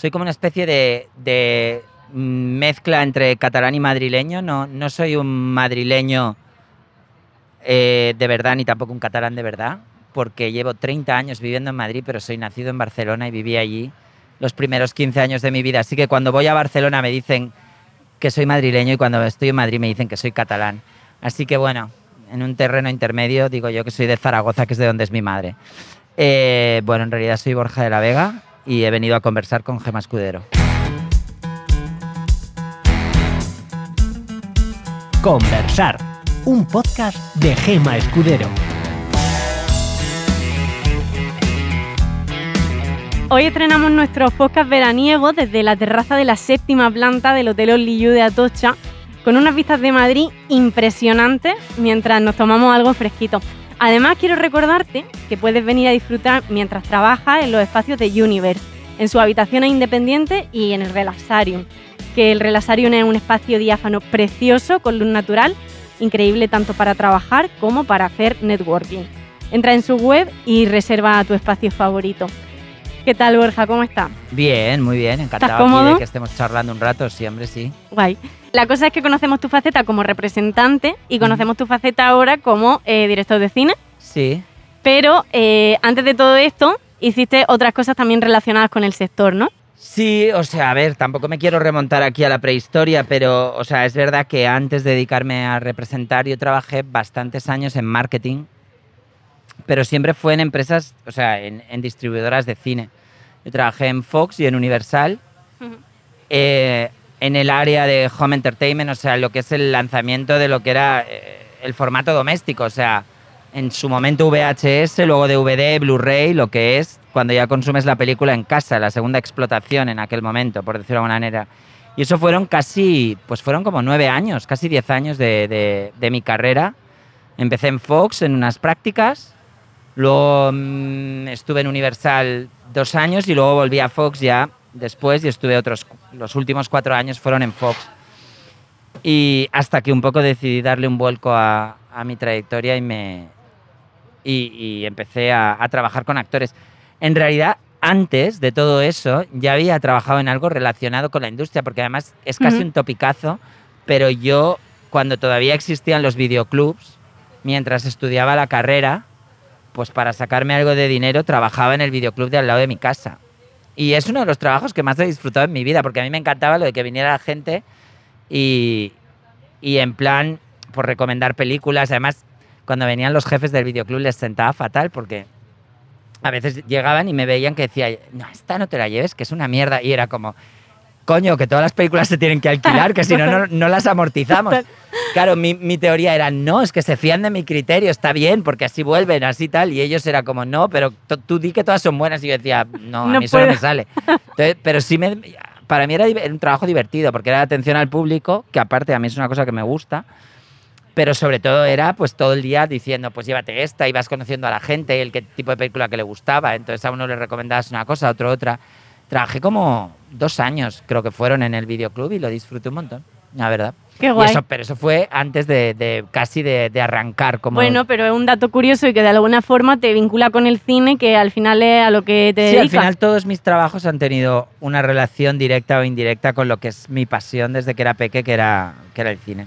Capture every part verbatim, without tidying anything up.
soy como una especie de, de mezcla entre catalán y madrileño. No, no soy un madrileño eh, de verdad, ni tampoco un catalán de verdad, porque llevo treinta años viviendo en Madrid, pero soy nacido en Barcelona y viví allí los primeros quince años de mi vida. Así que cuando voy a Barcelona me dicen que soy madrileño y cuando estoy en Madrid me dicen que soy catalán. Así que bueno, en un terreno intermedio digo yo que soy de Zaragoza, que es de donde es mi madre. Eh, bueno, en realidad soy Borja de la Vega y he venido a conversar con Gemma Escudero. Conversar, un podcast de Gemma Escudero. Hoy estrenamos nuestros podcast veraniegos desde la terraza de la séptima planta del Hotel Olliyú de Atocha, con unas vistas de Madrid impresionantes mientras nos tomamos algo fresquito. Además, quiero recordarte que puedes venir a disfrutar mientras trabajas en los espacios de Universe, en sus habitaciones independientes y en el Relaxarium, que el Relaxarium es un espacio diáfano precioso con luz natural, increíble tanto para trabajar como para hacer networking. Entra en su web y reserva tu espacio favorito. ¿Qué tal, Borja? ¿Cómo estás? Bien, muy bien. Encantado aquí de que estemos charlando un rato. Sí, hombre, sí. Guay. La cosa es que conocemos tu faceta como representante y conocemos tu faceta ahora como eh, director de cine. Sí. Pero eh, antes de todo esto, hiciste otras cosas también relacionadas con el sector, ¿no? Sí, o sea, a ver, tampoco me quiero remontar aquí a la prehistoria, pero, o sea, es verdad que antes de dedicarme a representar, yo trabajé bastantes años en marketing, pero siempre fue en empresas, o sea, en, en distribuidoras de cine. Yo trabajé en Fox y en Universal, uh-huh. eh, en el área de home entertainment, o sea, lo que es el lanzamiento de lo que era eh, el formato doméstico, o sea, en su momento V H S, luego D V D, Blu-ray, lo que es cuando ya consumes la película en casa, la segunda explotación en aquel momento, por decirlo de alguna manera. Y eso fueron casi, pues fueron como nueve años, casi diez años de, de, de mi carrera. Empecé en Fox en unas prácticas, luego mmm, estuve en Universal dos años y luego volví a Fox ya después y estuve otros, los últimos cuatro años fueron en Fox. Y hasta que un poco decidí darle un vuelco a, a mi trayectoria y me y, y empecé a, a trabajar con actores. En realidad, antes de todo eso, ya había trabajado en algo relacionado con la industria, porque además es casi uh-huh. un topicazo, pero yo, cuando todavía existían los videoclubs, mientras estudiaba la carrera, pues para sacarme algo de dinero, trabajaba en el videoclub de al lado de mi casa. Y es uno de los trabajos que más he disfrutado en mi vida, porque a mí me encantaba lo de que viniera la gente y, y en plan, por recomendar películas. Además, cuando venían los jefes del videoclub les sentaba fatal, porque a veces llegaban y me veían que decía, no, esta no te la lleves, que es una mierda. Y era como, coño, que todas las películas se tienen que alquilar, que si no, no, no las amortizamos. Claro, mi, mi teoría era, no, es que se fían de mi criterio, está bien, porque así vuelven, así tal. Y ellos era como, no, pero t- tú di que todas son buenas. Y yo decía, no, a no mí eso no me sale. Entonces, pero sí, me, para mí era un trabajo divertido, porque era atención al público, que aparte a mí es una cosa que me gusta. Pero sobre todo era pues todo el día diciendo, pues llévate esta, ibas conociendo a la gente, el qué tipo de película que le gustaba. Entonces a uno le recomendabas una cosa, a otro otra. Trabajé como dos años, creo que fueron, en el videoclub y lo disfruté un montón, la verdad. Qué guay. Y eso, pero eso fue antes de, de casi de, de arrancar. Como... Bueno, pero es un dato curioso y que de alguna forma te vincula con el cine, que al final es a lo que te sí, dedicas. Sí, al final todos mis trabajos han tenido una relación directa o indirecta con lo que es mi pasión desde que era peque, que era, que era el cine.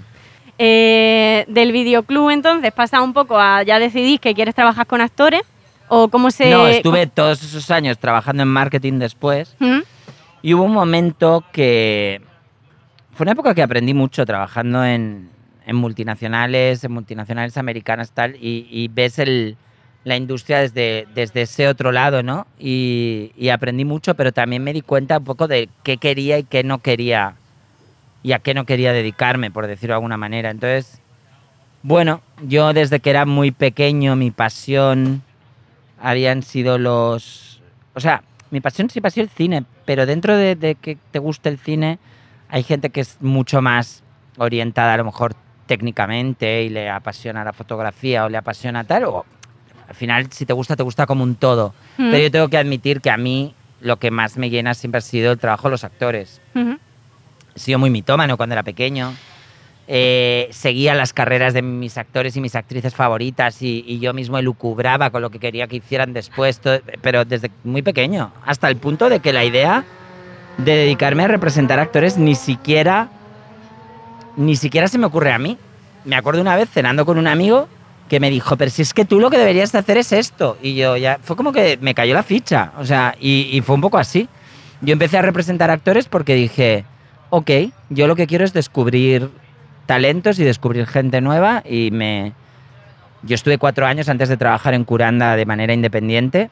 Eh, del videoclub, entonces, pasa un poco a ya decidís que quieres trabajar con actores, o cómo se... No, estuve todos esos años trabajando en marketing después, ¿Mm? y hubo un momento que... Fue una época que aprendí mucho trabajando en, en multinacionales, en multinacionales americanas tal, y, y ves el, la industria desde, desde ese otro lado, ¿no? Y, y aprendí mucho, pero también me di cuenta un poco de qué quería y qué no quería, y a qué no quería dedicarme, por decirlo de alguna manera. Entonces, bueno, yo desde que era muy pequeño, mi pasión habían sido los... O sea, mi pasión siempre ha sido el cine, pero dentro de, de que te guste el cine, hay gente que es mucho más orientada a lo mejor técnicamente y le apasiona la fotografía o le apasiona tal, o al final si te gusta, te gusta como un todo. Mm. Pero yo tengo que admitir que a mí lo que más me llena siempre ha sido el trabajo de los actores. Uh-huh. He sido muy mitómano cuando era pequeño. Eh, seguía las carreras de mis actores y mis actrices favoritas y, y yo mismo elucubraba con lo que quería que hicieran después, todo, pero desde muy pequeño, hasta el punto de que la idea de dedicarme a representar actores ni siquiera, ni siquiera se me ocurre a mí. Me acuerdo una vez cenando con un amigo que me dijo, pero si es que tú lo que deberías de hacer es esto. Y yo ya, fue como que me cayó la ficha, o sea, y, y fue un poco así. Yo empecé a representar actores porque dije, ok, yo lo que quiero es descubrir talentos y descubrir gente nueva y me... Yo estuve cuatro años antes de trabajar en Curanda de manera independiente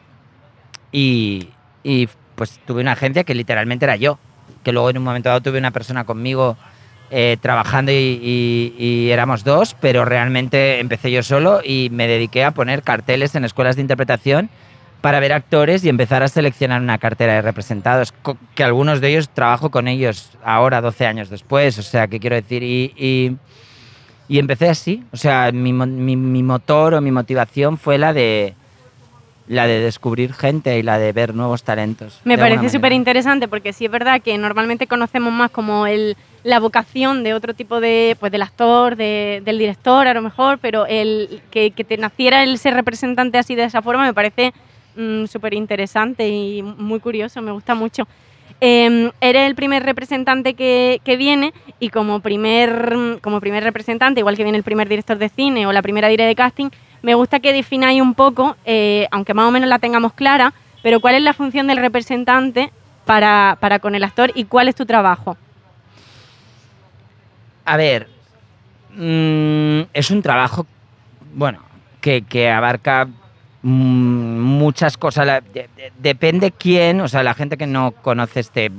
y, y pues tuve una agencia que literalmente era yo, que luego en un momento dado tuve una persona conmigo eh, trabajando y, y, y éramos dos, pero realmente empecé yo solo y me dediqué a poner carteles en escuelas de interpretación para ver actores y empezar a seleccionar una cartera de representados, que algunos de ellos trabajo con ellos ahora, doce años después, o sea, ¿qué quiero decir? Y, y, y empecé así, o sea, mi, mi, mi motor o mi motivación fue la de, la de descubrir gente y la de ver nuevos talentos. Me parece súper interesante porque sí es verdad que normalmente conocemos más como el, la vocación de otro tipo de, pues del actor, de, del director a lo mejor, pero el que, que te naciera el ser representante así de esa forma me parece mm, súper interesante y muy curioso, me gusta mucho. Eh, eres el primer representante que, que viene y como primer, como primer representante, igual que viene el primer director de cine o la primera directora de casting, me gusta que defináis un poco, eh, aunque más o menos la tengamos clara, pero cuál es la función del representante para, para con el actor y cuál es tu trabajo. A ver, mmm, es un trabajo, bueno, que, que abarca mmm, muchas cosas. La, de, de, depende quién, o sea, la gente que no conoce este,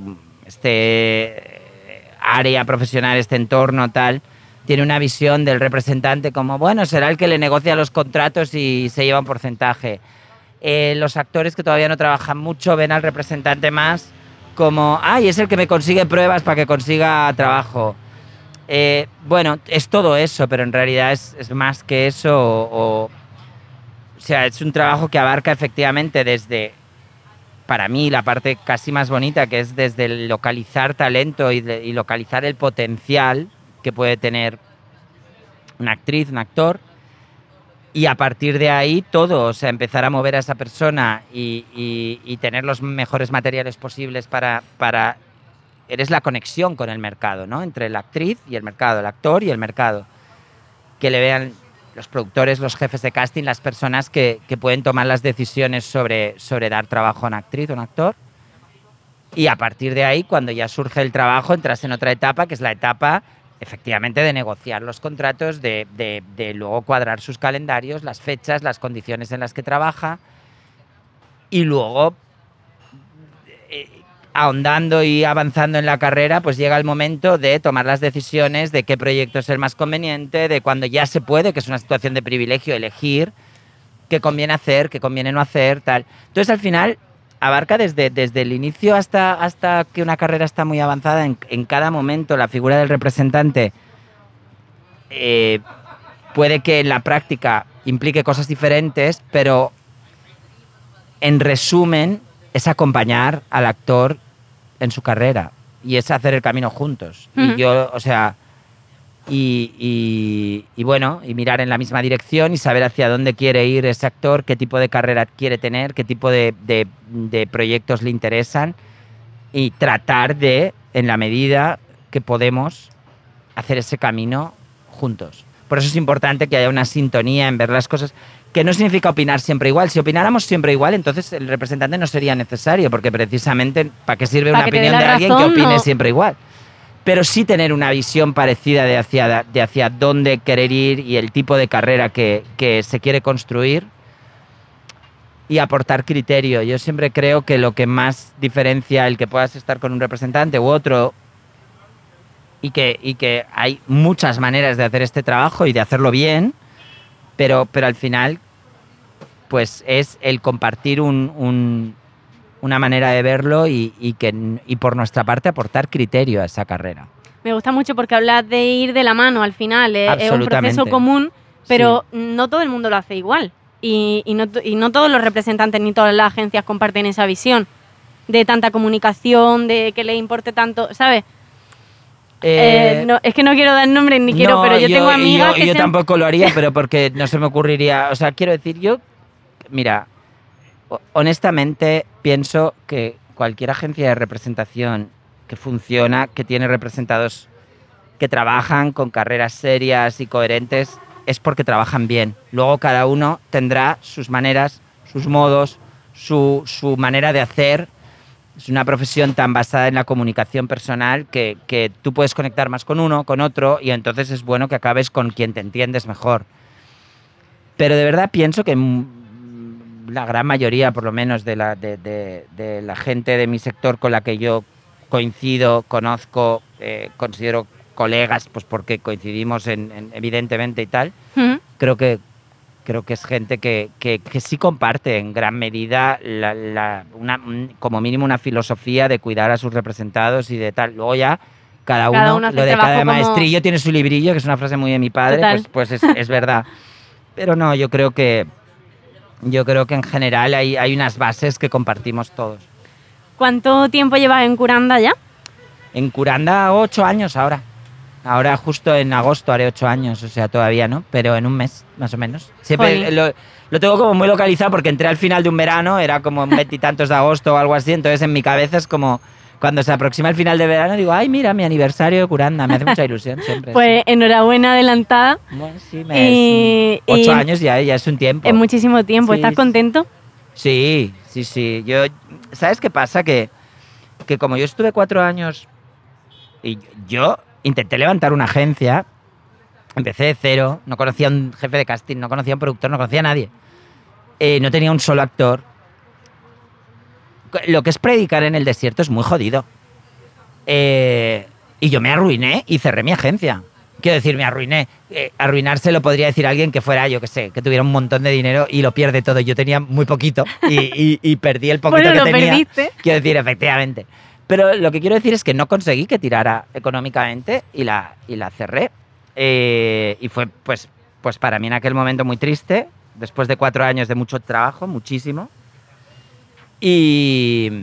este área profesional, este entorno, tal, tiene una visión del representante como, bueno, será el que le negocia los contratos y se lleva un porcentaje. Eh, los actores que todavía no trabajan mucho ven al representante más como, ay, es el que me consigue pruebas para que consiga trabajo. Eh, bueno, es todo eso, pero en realidad es, es más que eso. O, o, o sea, es un trabajo que abarca efectivamente desde, para mí, la parte casi más bonita, que es desde el localizar talento y, de, y localizar el potencial que puede tener una actriz, un actor, y a partir de ahí todo, o sea, empezar a mover a esa persona y, y, y tener los mejores materiales posibles para, para... Eres la conexión con el mercado, ¿no? Entre la actriz y el mercado, el actor y el mercado. Que le vean los productores, los jefes de casting, las personas que, que pueden tomar las decisiones sobre, sobre dar trabajo a una actriz o un actor. Y a partir de ahí, cuando ya surge el trabajo, entras en otra etapa, que es la etapa, efectivamente, de negociar los contratos, de, de, de luego cuadrar sus calendarios, las fechas, las condiciones en las que trabaja. Y luego... Eh, ahondando y avanzando en la carrera, pues llega el momento de tomar las decisiones de qué proyecto es el más conveniente, de cuando ya se puede, que es una situación de privilegio, elegir qué conviene hacer, qué conviene no hacer, tal. Entonces, al final, abarca desde, desde el inicio hasta, hasta que una carrera está muy avanzada. En, en cada momento, la figura del representante eh, puede que en la práctica implique cosas diferentes, pero en resumen es acompañar al actor en su carrera y es hacer el camino juntos. Uh-huh. Y yo, o sea, y, y, y bueno, y mirar en la misma dirección y saber hacia dónde quiere ir ese actor, qué tipo de carrera quiere tener, qué tipo de, de, de proyectos le interesan y tratar de, en la medida que podemos, hacer ese camino juntos. Por eso es importante que haya una sintonía en ver las cosas, que no significa opinar siempre igual. Si opináramos siempre igual, entonces el representante no sería necesario, porque precisamente, ¿para qué sirve una opinión de alguien que opine no. siempre igual? Pero sí tener una visión parecida de hacia, de hacia dónde querer ir y el tipo de carrera que, que se quiere construir y aportar criterio. Yo siempre creo que lo que más diferencia el que puedas estar con un representante u otro, y que, y que hay muchas maneras de hacer este trabajo y de hacerlo bien, pero, pero al final pues es el compartir un, un, una manera de verlo y, y, que, y por nuestra parte aportar criterio a esa carrera. Me gusta mucho porque hablas de ir de la mano al final, es, es un proceso común, pero sí. No todo el mundo lo hace igual y, y, no, y no todos los representantes ni todas las agencias comparten esa visión de tanta comunicación, de que les importe tanto, ¿sabes? Eh, eh, no, es que no quiero dar nombres ni quiero, no, pero yo, yo tengo amigas yo, que yo se... tampoco lo haría, pero porque no se me ocurriría. O sea, quiero decir, yo, mira, honestamente pienso que cualquier agencia de representación que funciona, que tiene representados que trabajan con carreras serias y coherentes, es porque trabajan bien. Luego cada uno tendrá sus maneras, sus modos, su, su manera de hacer. Es una profesión tan basada en la comunicación personal que, que tú puedes conectar más con uno, con otro, y entonces es bueno que acabes con quien te entiendes mejor. Pero de verdad pienso que la gran mayoría, por lo menos, de la, de, de, de la gente de mi sector con la que yo coincido, conozco, eh, considero colegas, pues porque coincidimos en, en, evidentemente y tal, ¿Mm? creo que creo que es gente que, que, que sí comparte en gran medida la, la, una, como mínimo una filosofía de cuidar a sus representados y de tal. Luego ya cada uno, Cada uno hace lo de trabajo cada como- maestrillo tiene su librillo, que es una frase muy de mi padre, Total. pues, pues es, es verdad. Pero no, yo creo que yo creo que en general hay, hay unas bases que compartimos todos. ¿Cuánto tiempo llevas en Curanda ya? En Curanda, ocho años ahora. Ahora justo en agosto haré ocho años, o sea, todavía no, pero en un mes, más o menos. Siempre Jolín. lo, lo tengo como muy localizado porque entré al final de un verano, era como en veintitantos de agosto o algo así, entonces en mi cabeza es como cuando se aproxima el final de verano digo, ay, mira, mi aniversario de Curanda, me hace mucha ilusión siempre. Pues enhorabuena adelantada. sí. Bueno, sí, me, y- es un- ocho y- años ya, ya es un tiempo. Es muchísimo tiempo. Sí, ¿Estás sí. contento? Sí, sí, sí. Yo, ¿sabes qué pasa? Que, que como yo estuve cuatro años y yo intenté levantar una agencia, empecé de cero, no conocía a un jefe de casting, no conocía a un productor, no conocía a nadie. Eh, no tenía un solo actor. Lo que es predicar en el desierto es muy jodido. Eh, y yo me arruiné y cerré mi agencia. Quiero decir, me arruiné. Eh, arruinarse lo podría decir alguien que fuera, yo qué sé, que tuviera un montón de dinero y lo pierde todo. Yo tenía muy poquito y, y- y perdí el poquito Bueno, que lo tenía. perdiste. Quiero decir, efectivamente. Pero lo que quiero decir es que no conseguí que tirara económicamente y la, y la cerré. Eh, y fue, pues, pues para mí en aquel momento muy triste, después de cuatro años de mucho trabajo, muchísimo. Y,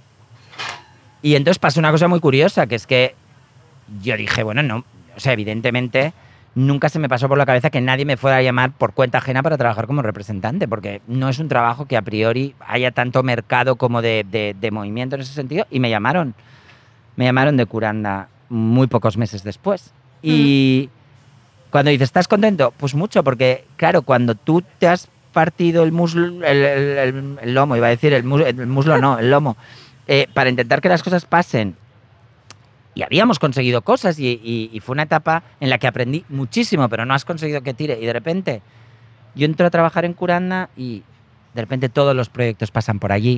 y entonces pasó una cosa muy curiosa, que es que yo dije, bueno, no, o sea, evidentemente nunca se me pasó por la cabeza que nadie me fuera a llamar por cuenta ajena para trabajar como representante, porque no es un trabajo que a priori haya tanto mercado como de, de, de movimiento en ese sentido, y me llamaron, me llamaron de Curanda muy pocos meses después. Y cuando dices, ¿estás contento? Pues mucho, porque claro, cuando tú te has partido el muslo, el, el, el, el lomo, iba a decir, el muslo, el muslo no, el lomo, eh, para intentar que las cosas pasen, y habíamos conseguido cosas y, y, y fue una etapa en la que aprendí muchísimo, pero no has conseguido que tire. Y de repente yo entro a trabajar en Curanda y de repente todos los proyectos pasan por allí.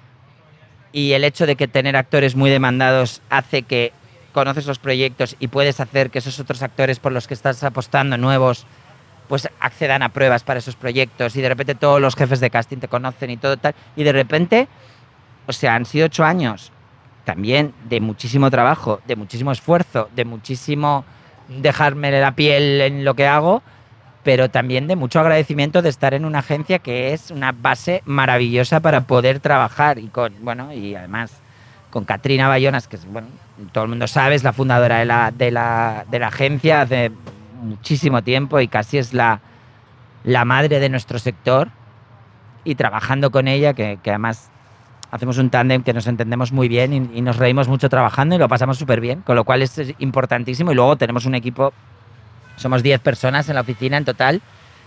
Y el hecho de que tener actores muy demandados hace que conoces los proyectos y puedes hacer que esos otros actores por los que estás apostando nuevos pues accedan a pruebas para esos proyectos y de repente todos los jefes de casting te conocen y todo tal. Y de repente, o sea, han sido ocho años también de muchísimo trabajo, de muchísimo esfuerzo, de muchísimo dejarme la piel en lo que hago, pero también de mucho agradecimiento de estar en una agencia que es una base maravillosa para poder trabajar y con, bueno, y además con Katrina Bayonas, que es, bueno, todo el mundo sabe, es la fundadora de la, de la, de la agencia hace muchísimo tiempo y casi es la, la madre de nuestro sector, y trabajando con ella, que, que además hacemos un tándem que nos entendemos muy bien y, y nos reímos mucho trabajando y lo pasamos súper bien, con lo cual es importantísimo. Y luego tenemos un equipo, somos diez personas en la oficina en total,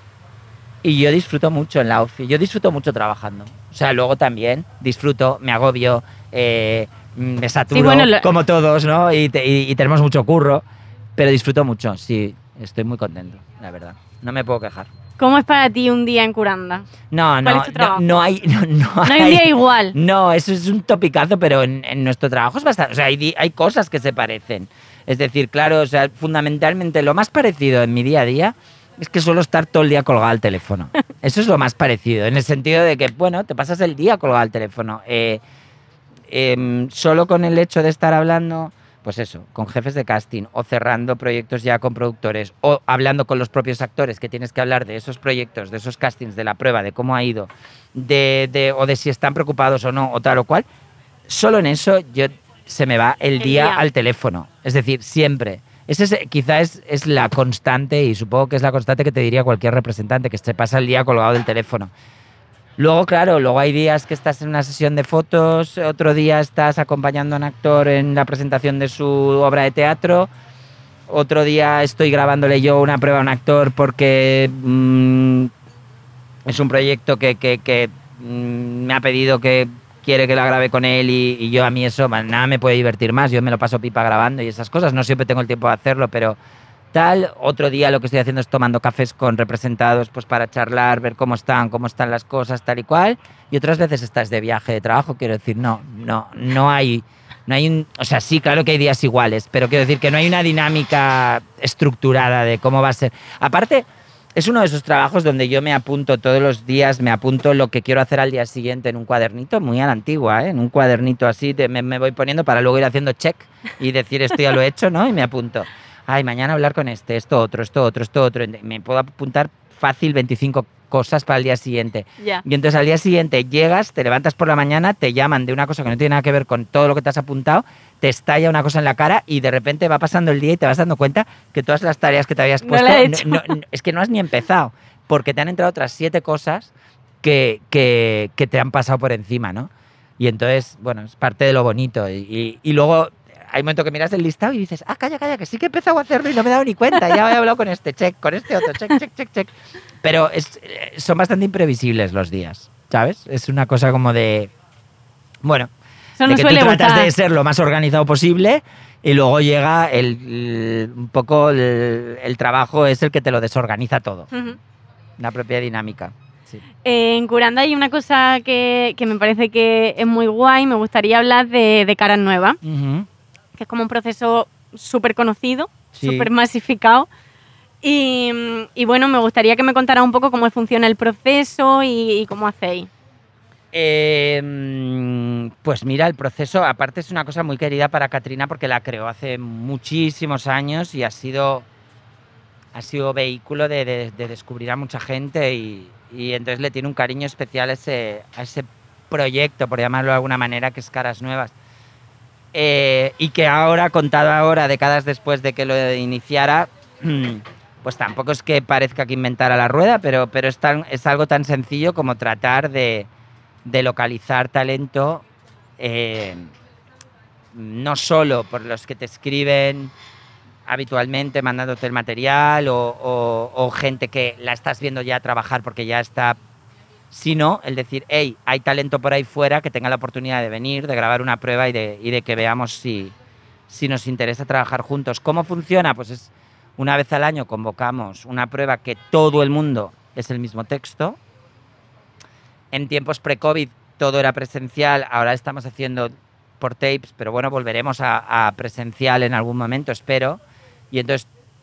y yo disfruto mucho en la ofi, yo disfruto mucho trabajando. O sea, luego también disfruto, me agobio, eh, me saturo, Sí, bueno, lo- como todos, ¿no? Y, te- y- y tenemos mucho curro, pero disfruto mucho, sí, estoy muy contento, la verdad. No me puedo quejar. ¿Cómo es para ti un día en Curanda? No, ¿Cuál no, es tu no, trabajo? no hay... No, no No hay un día igual. No, eso es un topicazo, pero en, en nuestro trabajo es bastante... O sea, hay, di- hay cosas que se parecen. Es decir, claro, o sea, fundamentalmente lo más parecido en mi día a día es que suelo estar todo el día colgado al teléfono. Eso es lo más parecido, en el sentido de que, bueno, te pasas el día colgado al teléfono. Eh, em, solo con el hecho de estar hablando, pues eso, con jefes de casting o cerrando proyectos ya con productores o hablando con los propios actores, que tienes que hablar de esos proyectos, de esos castings, de la prueba, de cómo ha ido, de, de, o de si están preocupados o no, o tal o cual, solo en eso yo se me va el, El día, día. al teléfono. Es decir, siempre. Ese es, quizá es, es la constante, y supongo que es la constante que te diría cualquier representante, que se pasa el día colgado del teléfono. Luego, claro, luego hay días que estás en una sesión de fotos, otro día estás acompañando a un actor en la presentación de su obra de teatro, otro día estoy grabándole yo una prueba a un actor porque mmm, es un proyecto que, que, que mmm, me ha pedido que quiere que la grabe con él y, y yo a mí eso, nada me puede divertir más, yo me lo paso pipa grabando y esas cosas, no siempre tengo el tiempo de hacerlo, pero... tal. Otro día lo que estoy haciendo es tomando cafés con representados pues para charlar, ver cómo están, cómo están las cosas, tal y cual. Y otras veces estás de viaje de trabajo, quiero decir, no, no, no hay, no hay un, o sea, sí, claro que hay días iguales, pero quiero decir que no hay una dinámica estructurada de cómo va a ser. Aparte, es uno de esos trabajos donde yo me apunto todos los días, me apunto lo que quiero hacer al día siguiente en un cuadernito, muy a la antigua, ¿eh? En un cuadernito así, de, me, me voy poniendo para luego ir haciendo check y decir esto ya lo he hecho, ¿no? Y me apunto. Ay, mañana hablar con este, esto otro, esto otro, esto otro. Me puedo apuntar fácil veinticinco cosas para el día siguiente. Yeah. Y entonces al día siguiente llegas, te levantas por la mañana, te llaman de una cosa que no tiene nada que ver con todo lo que te has apuntado, te estalla una cosa en la cara y de repente va pasando el día y te vas dando cuenta que todas las tareas que te habías No puesto, la he hecho. no, no, es que no has ni empezado, porque te han entrado otras siete cosas que, que, que te han pasado por encima, ¿no? Y entonces, bueno, es parte de lo bonito. Y, y, y luego... hay un momento que miras el listado y dices, ah, calla, calla, que sí que he empezado a hacerlo y no me he dado ni cuenta, ya he hablado con este check, con este otro, check, check, check, check. Pero es, son bastante imprevisibles los días, ¿sabes? Es una cosa como de, bueno, Eso de no que suele tú tratas gustar. de ser lo más organizado posible y luego llega el, el- un poco el, el trabajo es el que te lo desorganiza todo, Ujú. la propia dinámica. Sí. Eh, en Curanda hay una cosa que, que me parece que es muy guay, me gustaría hablar de, de caras nuevas, Ujú. que es como un proceso súper conocido, Sí. súper masificado. Y, y bueno, me gustaría que me contara un poco cómo funciona el proceso y, y cómo hacéis. Eh, pues mira, el proceso, aparte es una cosa muy querida para Catrina porque la creó hace muchísimos años y ha sido, ha sido vehículo de, de- de descubrir a mucha gente y, y entonces le tiene un cariño especial a ese, a ese proyecto, por llamarlo de alguna manera, que es Caras Nuevas. Eh, y que ahora, contado ahora, décadas después de que lo iniciara, pues tampoco es que parezca que inventara la rueda, pero, pero es, tan- es algo tan sencillo como tratar de, de localizar talento, eh, no solo por los que te escriben habitualmente mandándote el material o, o- o gente que la estás viendo ya trabajar porque ya está, sino el decir, hey, hay talento por ahí fuera que tenga la oportunidad de venir, de grabar una prueba y de, y de que veamos si, si nos interesa trabajar juntos. ¿Cómo funciona? Pues es una vez al año convocamos una prueba que todo el mundo es el mismo texto. En tiempos pre-COVID todo era presencial, ahora estamos haciendo por tapes, pero bueno, volveremos a, a presencial en algún momento, espero. Y entonces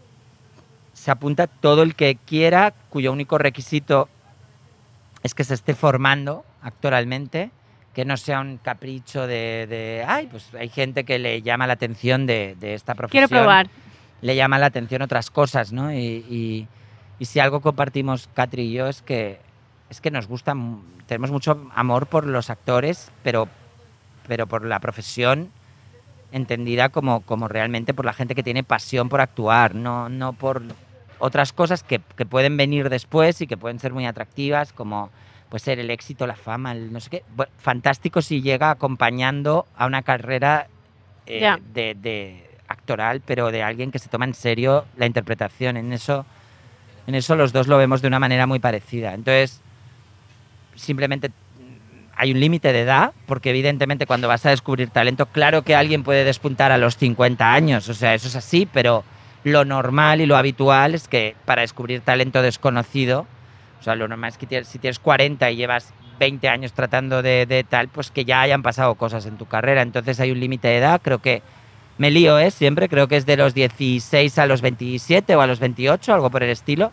se apunta todo el que quiera, cuyo único requisito es que se esté formando actoralmente, que no sea un capricho de, de ay, pues hay gente que le llama la atención de, de esta profesión. Quiero probar. Le llama la atención otras cosas, ¿no? Y, y- y si algo compartimos Catri y yo es que, es que nos gusta, mu- tenemos mucho amor por los actores, pero, pero por la profesión entendida como, como realmente por la gente que tiene pasión por actuar, no, no por otras cosas que, que pueden venir después y que pueden ser muy atractivas, como puede ser el éxito, la fama, el no sé qué. Bueno, fantástico si llega acompañando a una carrera eh, Ya. de, de actoral, pero de alguien que se toma en serio la interpretación. En eso, en eso los dos lo vemos de una manera muy parecida. Entonces, simplemente hay un límite de edad, porque evidentemente cuando vas a descubrir talento, claro que alguien puede despuntar a los cincuenta años, o sea, eso es así, pero lo normal y lo habitual es que para descubrir talento desconocido, o sea, lo normal es que tienes- si tienes cuarenta y llevas veinte años tratando de, de tal, pues que ya hayan pasado cosas en tu carrera, entonces hay un límite de edad, creo que me lío, ¿eh? Siempre, creo que es de los dieciséis a los veintisiete o a los veintiocho, algo por el estilo.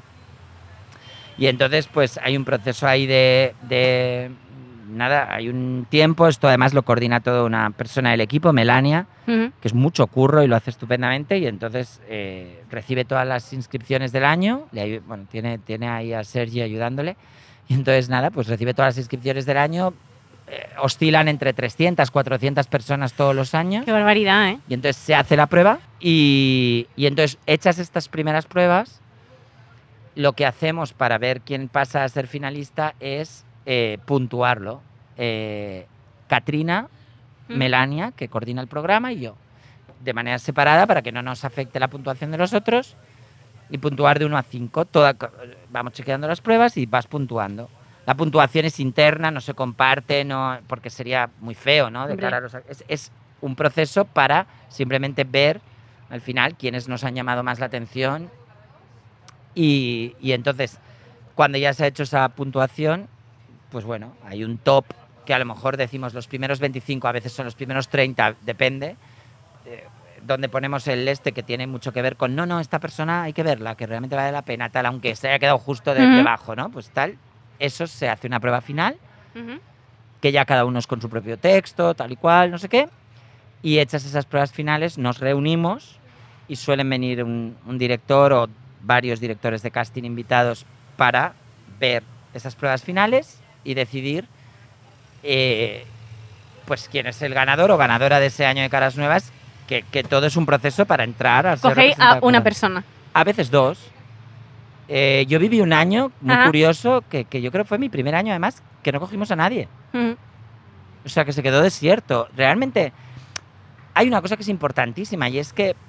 Y entonces, pues hay un proceso ahí de, de- nada, hay un tiempo, esto además lo coordina toda una persona del equipo, Melania, Ujú. que es mucho curro y lo hace estupendamente, y entonces eh, recibe todas las inscripciones del año, le ayu- bueno, tiene, tiene ahí a Sergi ayudándole, y entonces nada, pues recibe todas las inscripciones del año, eh, oscilan entre trescientas, cuatrocientas personas todos los años. Qué barbaridad, ¿eh? Y entonces se hace la prueba y, y entonces hechas estas primeras pruebas, lo que hacemos para ver quién pasa a ser finalista es eh, puntuarlo. Eh, Katrina, Mm. Melania, que coordina el programa, y yo, de manera separada para que no nos afecte la puntuación de los otros, y puntuar de uno a cinco. Toda, vamos chequeando las pruebas y vas puntuando. La puntuación es interna, no se comparte, no, porque sería muy feo, ¿no? De Hombre. cara a los- es, es un proceso para simplemente ver al final quiénes nos han llamado más la atención. Y, y entonces, cuando ya se ha hecho esa puntuación, pues bueno, hay un top que a lo mejor decimos los primeros veinticinco, a veces son los primeros treinta, depende, eh, donde ponemos el este que tiene mucho que ver con, no, no, esta persona hay que verla, que realmente vale la pena, tal, aunque se haya quedado justo de- Ujú. debajo, ¿no? Pues tal, eso se hace una prueba final, Ujú. que ya cada uno es con su propio texto, tal y cual, no sé qué, y hechas esas pruebas finales nos reunimos y suelen venir un, un director o varios directores de casting invitados para ver esas pruebas finales y decidir eh, pues quién es el ganador o ganadora de ese año de Caras Nuevas, que, que todo es un proceso para entrar a ser Cogéis a representante una por- persona. A veces dos. Eh, yo viví un año muy Ajá. curioso, que, que yo creo fue mi primer año además, que no cogimos a nadie. Ujú. O sea, que se quedó desierto. Realmente hay una cosa que es importantísima y es que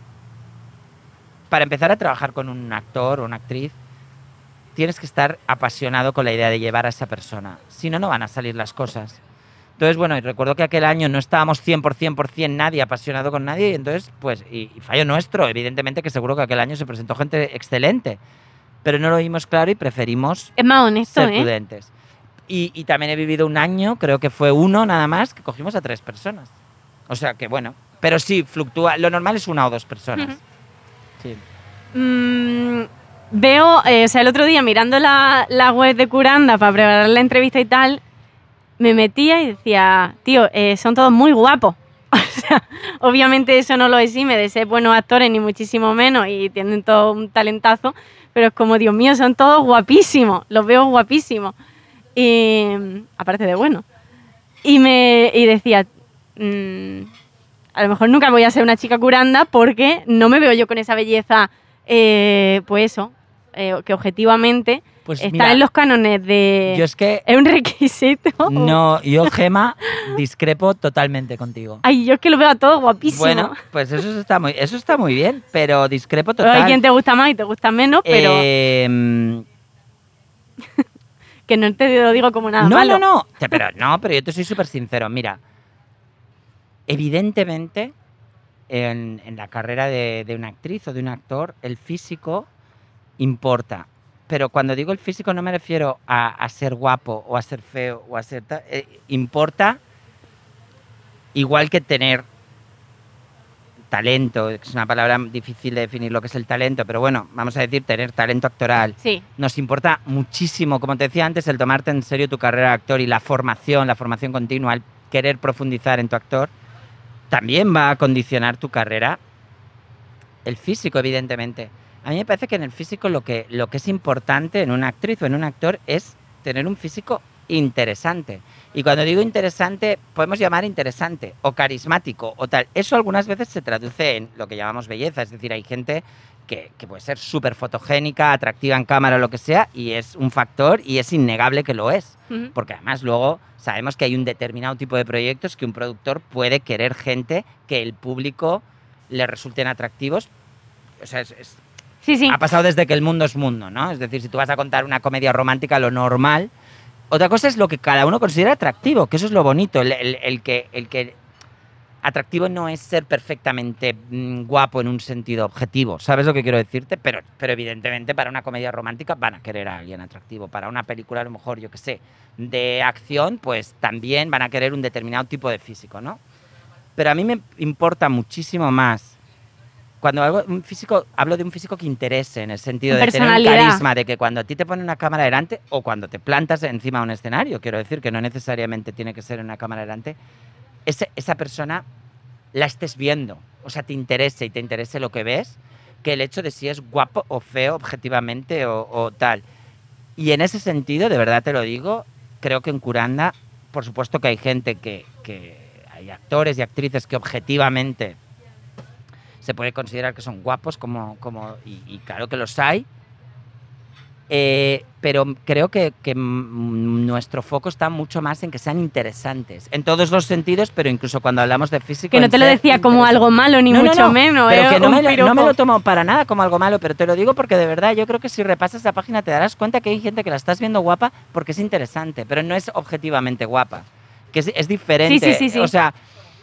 para empezar a trabajar con un actor o una actriz, tienes que estar apasionado con la idea de llevar a esa persona. Si no, no van a salir las cosas. Entonces, bueno, y recuerdo que aquel año no estábamos cien por ciento por cien nadie apasionado con nadie, y entonces, pues, y, y fallo nuestro, evidentemente que seguro que aquel año se presentó gente excelente, pero no lo vimos claro y preferimos Es más honesto, ser ¿eh? prudentes. Y, y también he vivido un año, creo que fue uno nada más, que cogimos a tres personas. O sea que, bueno, pero sí, fluctúa, lo normal es una o dos personas. Ujú. Sí. Mm, veo, eh, o sea, el otro día mirando la, la web de Curanda para preparar la entrevista y tal, me metía y decía, tío, eh, son todos muy guapos. O sea, obviamente eso no lo exime de ser buenos actores, ni muchísimo menos, y tienen todo un talentazo, pero es como, Dios mío, son todos guapísimos, los veo guapísimos. Y, aparte de bueno. Y, me, y decía, mm, a lo mejor nunca voy a ser una chica curanda porque no me veo yo con esa belleza, eh, pues eso, eh, que objetivamente Pues está mira, en los cánones de... yo es que Es un requisito. no, yo, Gema, discrepo totalmente contigo. Ay, yo es que lo veo a todos guapísimo. Bueno, pues eso está muy, eso está muy bien, pero discrepo Pero total. hay quien te gusta más y te gusta menos, pero Eh, que no te lo digo como nada no, malo. no, no, Te- pero no, pero yo te soy súper sincero. Mira, evidentemente, en, en la carrera de, de una actriz o de un actor, el físico importa. Pero cuando digo el físico no me refiero a, a ser guapo o a ser feo o a ser... ta- eh, importa igual que tener talento, que es una palabra difícil de definir lo que es el talento, pero bueno, vamos a decir tener talento actoral. Sí, Nos importa muchísimo, como te decía antes, el tomarte en serio tu carrera de actor y la formación, la formación continua, el querer profundizar en tu actor, también va a condicionar tu carrera. El físico, evidentemente. A mí me parece que en el físico lo que, lo que es importante en una actriz o en un actor es tener un físico interesante. Y cuando digo interesante, podemos llamar interesante o carismático o tal. Eso algunas veces se traduce en lo que llamamos belleza. Es decir, hay gente que, que puede ser súper fotogénica, atractiva en cámara o lo que sea, y es un factor y es innegable que lo es. Ujú. Porque además luego sabemos que hay un determinado tipo de proyectos que un productor puede querer gente que el público le resulten atractivos. O sea, es, es- sí, sí. ha pasado desde que el mundo es mundo, ¿no? Es decir, si tú vas a contar una comedia romántica, lo normal. Otra cosa es lo que cada uno considera atractivo, que eso es lo bonito. El, el- el que, el que atractivo no es ser perfectamente mm, guapo en un sentido objetivo. ¿Sabes lo que quiero decirte? Pero, pero evidentemente para una comedia romántica van a querer a alguien atractivo. Para una película, a lo mejor, yo qué sé, de acción, pues también van a querer un determinado tipo de físico, ¿no? Pero a mí me importa muchísimo más. Cuando hablo de un físico, hablo de un físico que interese, en el sentido Con de tener un personalidad. carisma, de que cuando a ti te ponen una cámara delante o cuando te plantas encima de un escenario, quiero decir que no necesariamente tiene que ser una cámara delante, ese- esa persona la estés viendo, o sea, te interese y te interese lo que ves, que el hecho de si es guapo o feo objetivamente o, o tal. Y en ese sentido, de verdad te lo digo, creo que en Curanda, por supuesto que hay gente que, que hay actores y actrices que objetivamente se puede considerar que son guapos, como, como y, y claro que los hay, Eh, pero creo que, que m- nuestro foco está mucho más en que sean interesantes, en todos los sentidos, pero incluso cuando hablamos de físico... Que no en te lo ser decía como interesante. algo malo, ni No, no, mucho no, menos. pero es que no un me, lo- no me piropo. lo tomo para nada como algo malo, pero te lo digo porque de verdad yo creo que si repasas la página te darás cuenta que hay gente que la estás viendo guapa porque es interesante, pero no es objetivamente guapa, que es, es diferente. Sí, sí, sí, sí. O sea,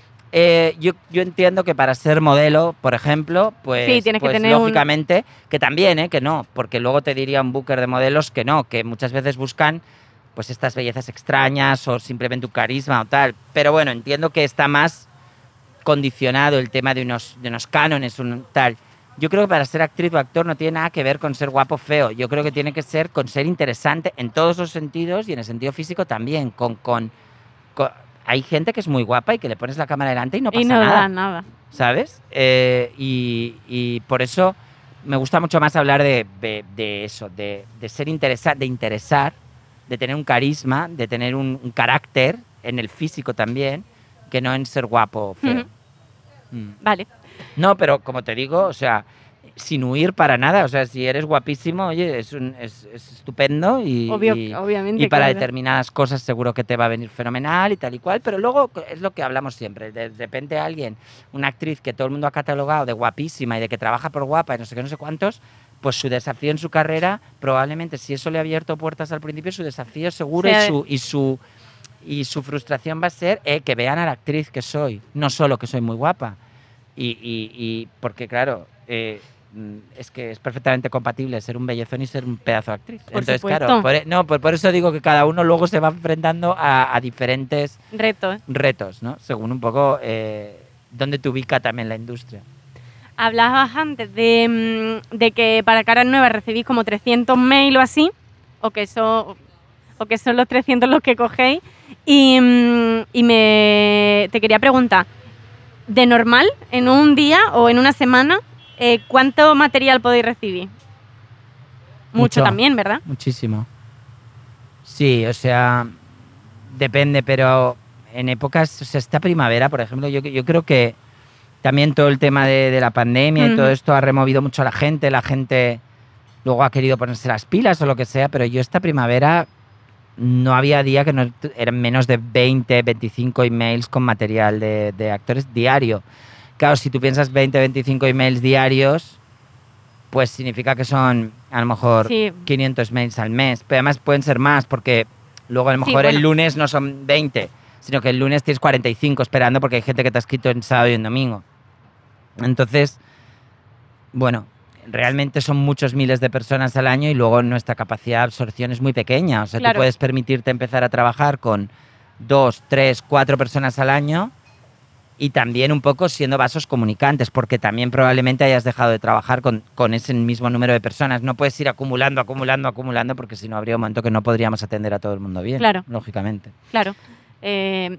eh, yo, yo entiendo que para ser modelo, por ejemplo, pues, Sí, tienes que pues tener un- lógicamente, que también, ¿eh? Que no, porque luego te diría un booker de modelos que no, que muchas veces buscan pues estas bellezas extrañas o simplemente un carisma o tal. Pero bueno, entiendo que está más condicionado el tema de unos, de unos cánones, un tal. Yo creo que para ser actriz o actor no tiene nada que ver con ser guapo o feo. Yo creo que tiene que ser con ser interesante en todos los sentidos y en el sentido físico también. Con, con, con- hay gente que es muy guapa y que le pones la cámara delante y no pasa Y no nada. da nada. ¿Sabes? Eh, y, y por eso me gusta mucho más hablar de, de- de eso, de, de ser interesar, de interesar, de tener un carisma, de tener un, un carácter en el físico también, que no en ser guapo o feo. Ujú. Mm. Vale. No, pero como te digo, o sea, sin huir para nada. O sea, si eres guapísimo, oye, es, un- es, es estupendo y, Obvio, y- obviamente. y para claro. determinadas cosas seguro que te va a venir fenomenal y tal y cual. Pero luego es lo que hablamos siempre. De repente alguien, una actriz que todo el mundo ha catalogado de guapísima y de que trabaja por guapa y no sé qué, no sé cuántos, pues su desafío en su carrera, probablemente si eso le ha abierto puertas al principio, su desafío seguro Sea- y su... Y su y su frustración va a ser eh, que vean a la actriz que soy, no solo que soy muy guapa. Y, y- y porque, claro, eh, mm, es que es perfectamente compatible ser un bellezón y ser un pedazo de actriz. Por Entonces, supuesto. claro, por, e- no, por, por eso digo que cada uno luego se va enfrentando a, a diferentes Reto. ¿eh? retos, ¿no? Según un poco eh, dónde te ubica también la industria. Hablabas antes de, mm, de que para caras nuevas recibís como trescientos mails o así, o que, eso, o que son los trescientos los que cogéis. Y, mm, y me, te quería preguntar, de normal, en un día o en una semana, eh, ¿cuánto material podéis recibir? Mucho, Mucho. también, ¿verdad? Muchísimo. Sí, o sea, depende, pero en épocas, o sea, esta primavera, por ejemplo, yo, yo creo que también todo el tema de, de la pandemia y todo Ujú. esto ha removido mucho a la gente, la gente luego ha querido ponerse las pilas o lo que sea, pero yo esta primavera no había día que no eran menos de veinte, veinticinco emails con material de, de actores diario. Claro, si tú piensas veinte, veinticinco emails diarios, pues significa que son a lo mejor Sí. quinientos mails al mes, pero además pueden ser más porque luego a lo Sí, mejor el bueno. lunes no son veinte, sino que el lunes tienes cuarenta y cinco esperando porque hay gente que te ha escrito en sábado y en domingo. Entonces, bueno, realmente son muchos miles de personas al año y luego nuestra capacidad de absorción es muy pequeña. O sea, Claro. tú puedes permitirte empezar a trabajar con dos, tres, cuatro personas al año y también un poco siendo vasos comunicantes, porque también probablemente hayas dejado de trabajar con, con ese mismo número de personas. No puedes ir acumulando, acumulando, acumulando, porque si no habría un momento que no podríamos atender a todo el mundo bien, Claro. lógicamente. Claro. Eh,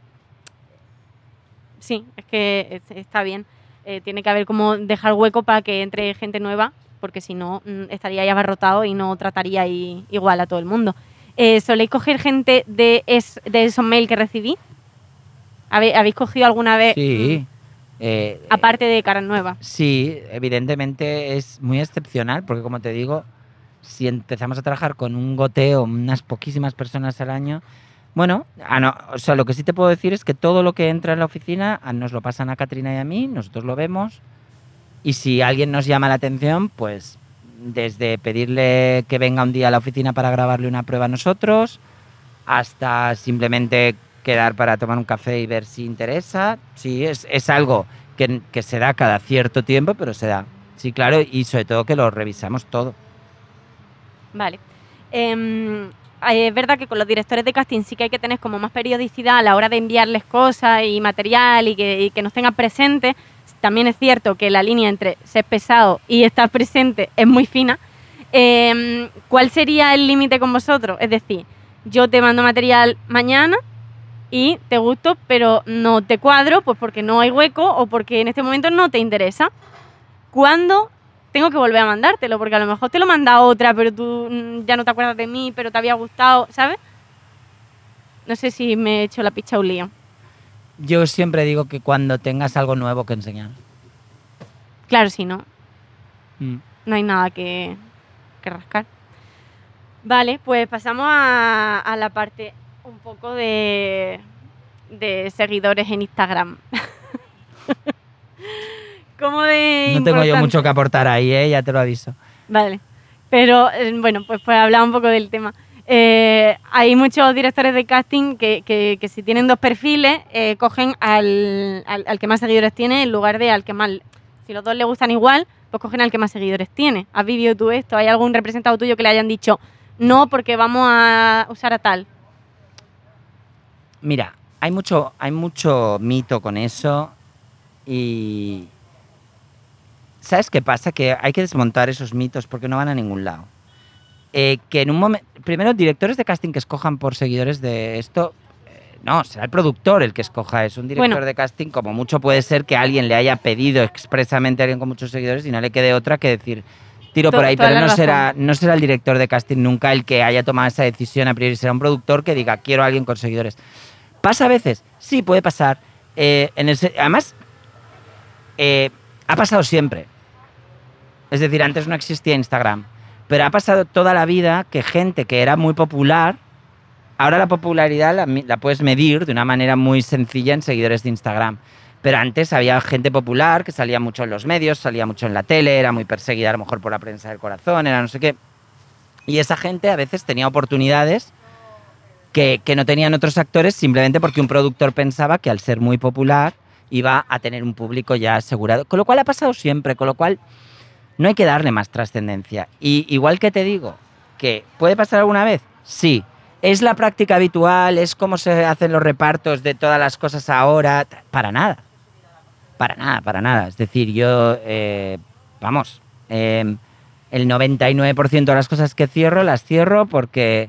sí, es que es- está bien. Eh, tiene que haber como dejar hueco para que entre gente nueva, porque si no mm, estaría ya abarrotado y no trataría i- igual a todo el mundo. Eh, ¿Soléis coger gente de, es, de esos mails que recibí? ¿Habe- ¿Habéis cogido alguna vez, Sí. mm, eh, aparte de caras nuevas? Sí, evidentemente es muy excepcional, porque como te digo, si empezamos a trabajar con un goteo, unas poquísimas personas al año, bueno, ah, no, o sea, lo que sí te puedo decir es que todo lo que entra en la oficina ah, nos lo pasan a Katrina y a mí, nosotros lo vemos, y si alguien nos llama la atención, pues desde pedirle que venga un día a la oficina para grabarle una prueba a nosotros, hasta simplemente quedar para tomar un café y ver si interesa. Sí, es, es algo que, que se da cada cierto tiempo, pero se da. Sí, claro, y sobre todo que lo revisamos todo. Vale. Em, eh, es verdad que con los directores de casting sí que hay que tener como más periodicidad a la hora de enviarles cosas y material y que, y que nos tengan presentes. También es cierto que la línea entre ser pesado y estar presente es muy fina. Em, ¿Cuál sería el límite con vosotros? Es decir, yo te mando material mañana y te gusto, pero no te cuadro, pues porque no hay hueco o porque en este momento no te interesa. ¿Cuándo tengo que volver a mandártelo? Porque a lo mejor te lo manda otra, pero tú mm, ya no te acuerdas de mí, pero te había gustado, ¿sabes? No sé si me he hecho la picha un lío. Yo siempre digo que cuando tengas algo nuevo que enseñar. Claro, si no, Mm. no hay nada que, que rascar. Vale, pues pasamos a, a la parte un poco de, de seguidores en Instagram. ¿Cómo de No tengo yo importante? mucho que aportar ahí, ¿eh? Ya te lo aviso. Vale, pero eh, bueno, pues para hablar un poco del tema. Eh, hay muchos directores de casting que, que, que si tienen dos perfiles, eh, cogen al, al, al que más seguidores tiene en lugar de al que más... Si los dos les gustan igual, pues cogen al que más seguidores tiene. ¿Has vivido tú esto? ¿Hay algún representado tuyo que le hayan dicho no porque vamos a usar a tal? Mira, hay mucho, hay mucho mito con eso y... ¿Sabes qué pasa? Que hay que desmontar esos mitos porque no van a ningún lado. Eh, que en un momento... Primero, directores de casting que escojan por seguidores de esto... eh, no, será el productor el que escoja eso. Un director Bueno. de casting, como mucho puede ser que alguien le haya pedido expresamente a alguien con muchos seguidores y no le quede otra que decir... Tiro To- por ahí, toda pero la no razón. será, no será el director de casting nunca el que haya tomado esa decisión a priori. Será un productor que diga, quiero a alguien con seguidores. ¿Pasa a veces? Sí, puede pasar. Eh, en el se- además, eh, ha pasado siempre. Es decir, antes no existía Instagram. Pero ha pasado toda la vida que gente que era muy popular, ahora la popularidad la, mi- la puedes medir de una manera muy sencilla en seguidores de Instagram. Pero antes había gente popular que salía mucho en los medios, salía mucho en la tele, era muy perseguida a lo mejor por la prensa del corazón, era no sé qué. Y esa gente a veces tenía oportunidades que, que no tenían otros actores simplemente porque un productor pensaba que al ser muy popular iba a tener un público ya asegurado. Con lo cual ha pasado siempre, con lo cual no hay que darle más trascendencia. Y igual que te digo, que puede pasar alguna vez, sí. ¿Es la práctica habitual? ¿Es cómo se hacen los repartos de todas las cosas ahora? Para nada. Para nada, para nada. Es decir, yo, eh, vamos, eh, el noventa y nueve por ciento de las cosas que cierro, las cierro porque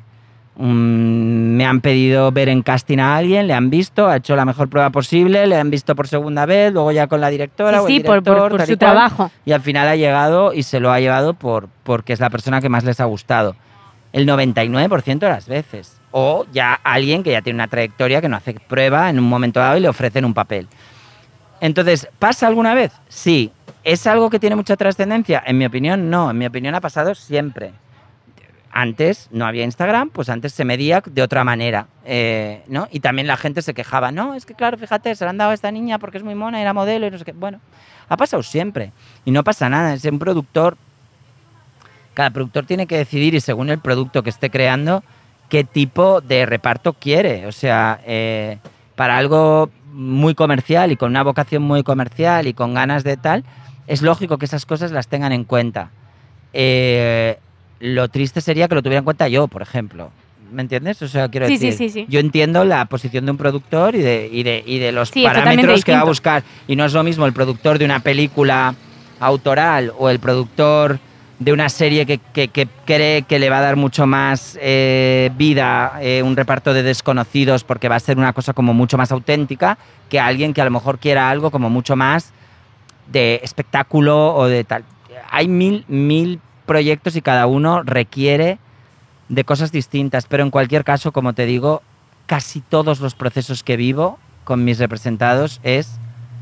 mm, me han pedido ver en casting a alguien, le han visto, ha hecho la mejor prueba posible, le han visto por segunda vez, luego ya con la directora Sí, o el sí, por, director, por, por tal y su cual, trabajo. y al final ha llegado y se lo ha llevado por, porque es la persona que más les ha gustado. El noventa y nueve por ciento de las veces. O ya alguien que ya tiene una trayectoria que no hace prueba en un momento dado y le ofrecen un papel. Entonces, ¿pasa alguna vez? Sí. ¿Es algo que tiene mucha trascendencia? En mi opinión, no. En mi opinión ha pasado siempre. Antes no había Instagram, pues antes se medía de otra manera, eh, ¿no? Y también la gente se quejaba, no, es que claro, fíjate, se lo han dado a esta niña porque es muy mona, era modelo y no sé qué. Bueno, ha pasado siempre. Y no pasa nada, es un productor... Cada productor tiene que decidir, y según el producto que esté creando, qué tipo de reparto quiere. O sea, eh, para algo muy comercial y con una vocación muy comercial y con ganas de tal, es lógico que esas cosas las tengan en cuenta. Eh, lo triste sería que lo tuviera en cuenta yo, por ejemplo. ¿Me entiendes? O sea, quiero Sí, sí, decir, sí, sí. yo entiendo la posición de un productor y de, y de, y de los Sí, es totalmente parámetros que va a distinto. buscar. Y no es lo mismo el productor de una película autoral o el productor de una serie que, que, que cree que le va a dar mucho más eh, vida, eh, un reparto de desconocidos, porque va a ser una cosa como mucho más auténtica, que alguien que a lo mejor quiera algo como mucho más de espectáculo o de tal. Hay mil, mil proyectos y cada uno requiere de cosas distintas, pero en cualquier caso, como te digo, casi todos los procesos que vivo con mis representados es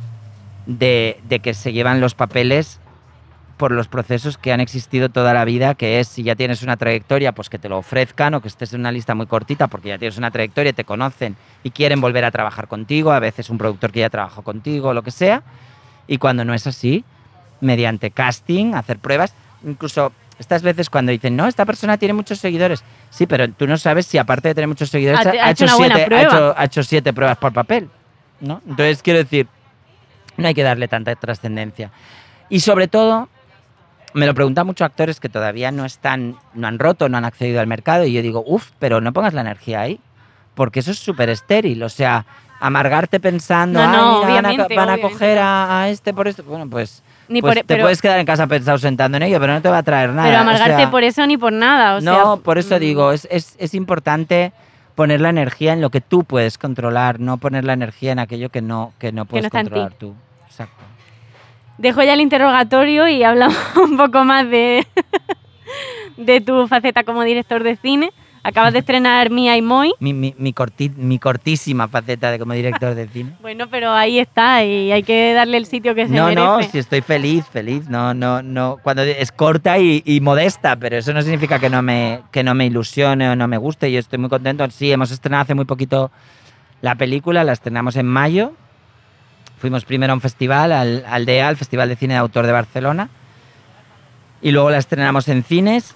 de, de que se llevan los papeles por los procesos que han existido toda la vida, que es si ya tienes una trayectoria, pues que te lo ofrezcan o que estés en una lista muy cortita porque ya tienes una trayectoria, te conocen y quieren volver a trabajar contigo, a veces un productor que ya trabajó contigo, lo que sea, y cuando no es así, mediante casting, hacer pruebas, incluso estas veces cuando dicen, no, esta persona tiene muchos seguidores, sí, pero tú no sabes si aparte de tener muchos seguidores Ha- ha hecho una buena siete, ha prueba. hecho, ha hecho siete pruebas por papel, ¿no? Entonces, quiero decir, no hay que darle tanta trascendencia. Y sobre todo, me lo preguntan muchos actores que todavía no están, no han roto, no han accedido al mercado, y yo digo, uff, pero no pongas la energía ahí, porque eso es súper estéril, o sea, amargarte pensando, No, no, "Ay, mira, van a, obviamente, van a obviamente coger no. a, a este por esto", bueno, pues, Ni pues por- te pero- puedes quedar en casa pensado sentando en ello, pero no te va a traer nada. Pero o amargarte sea, por eso ni por nada. O no, sea, por eso mm, digo, es, es, es importante poner la energía en lo que tú puedes controlar, no poner la energía en aquello que no, que no puedes no está en ti. controlar tú. Exacto. Dejo ya el interrogatorio y hablamos un poco más de, de tu faceta como director de cine. Acabas de estrenar Mía y Moi. Mi, mi, mi, corti, mi cortísima faceta de como director de cine. Bueno, pero ahí está y hay que darle el sitio que se no, merece. No, no, si estoy feliz, feliz. No, no, no. Cuando es corta y, y modesta, pero eso no significa que no, me, que no me ilusione o no me guste. Yo estoy muy contento. Sí, hemos estrenado hace muy poquito la película, la estrenamos en mayo. Fuimos primero a un festival, al, al D E A, al Festival de Cine de Autor de Barcelona. Y luego la estrenamos en cines.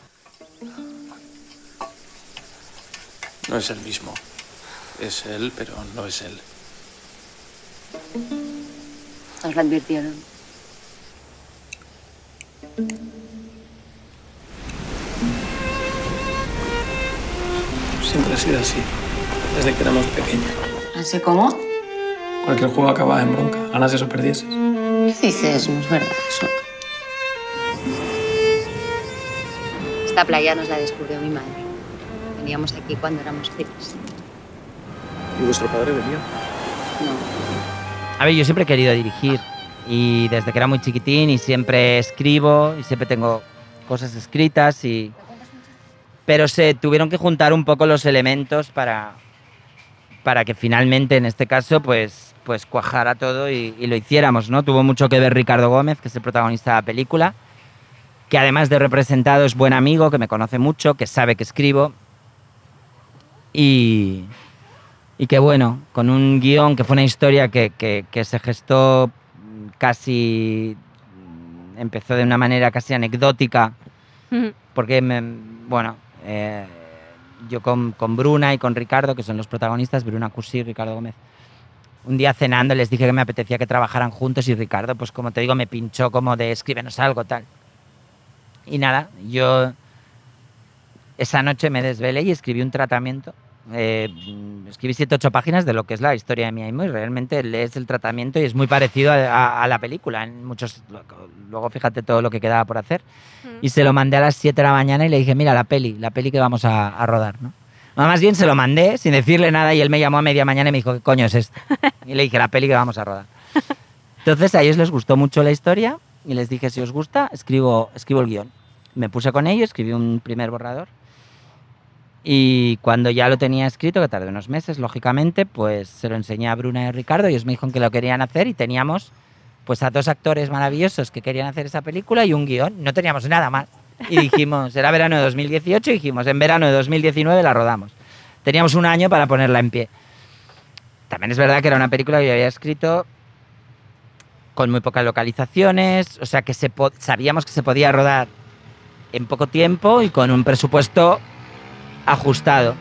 No es el mismo. Es él, pero no es él. ¿Os lo advirtieron? Siempre ha sido así, desde que éramos pequeños. ¿Así cómo? Cualquier juego acababa en bronca, ganas o perdieses. ¿Qué dices? No es verdad eso. Esta playa nos la descubrió mi madre. Veníamos aquí cuando éramos hippies. ¿Y vuestro padre venía? No. A ver, yo siempre he querido dirigir y desde que era muy chiquitín y siempre escribo y siempre tengo cosas escritas y... Pero se tuvieron que juntar un poco los elementos para, para que finalmente, en este caso, pues, pues cuajara todo y, y lo hiciéramos, ¿no? Tuvo mucho que ver Ricardo Gómez, que es el protagonista de la película, que además de representado es buen amigo, que me conoce mucho, que sabe que escribo y, y que bueno, con un guión que fue una historia que, que, que se gestó casi, empezó de una manera casi anecdótica, Ujú. porque, me, bueno, eh, yo con, con Bruna y con Ricardo, que son los protagonistas, Bruna Cusí y Ricardo Gómez, un día cenando les dije que me apetecía que trabajaran juntos y Ricardo, pues como te digo, me pinchó como de escríbenos algo, tal. Y nada, yo esa noche me desvelé y escribí un tratamiento. Eh, escribí siete ocho páginas de lo que es la historia de Mía y Moi. Realmente lees el tratamiento y es muy parecido a, a, a la película. En muchos, luego fíjate todo lo que quedaba por hacer. Mm. Y se lo mandé a las siete de la mañana y le dije, mira, la peli, la peli que vamos a, a rodar, ¿no? Más bien se lo mandé sin decirle nada y él me llamó a media mañana y me dijo, ¿qué coño es esto? Y le dije, la peli que vamos a rodar. Entonces a ellos les gustó mucho la historia y les dije, si os gusta, escribo, escribo el guión. Me puse con ello, escribí un primer borrador y cuando ya lo tenía escrito, que tardé unos meses, lógicamente, pues se lo enseñé a Bruna y a Ricardo y ellos me dijeron que lo querían hacer y teníamos pues a dos actores maravillosos que querían hacer esa película y un guión. No teníamos nada más. Y dijimos, era verano de dos mil dieciocho y dijimos, en verano de dos mil diecinueve la rodamos. Teníamos un año para ponerla en pie. También es verdad que era una película que yo había escrito con muy pocas localizaciones, o sea que se sabíamos que se podía rodar en poco tiempo y con un presupuesto ajustado.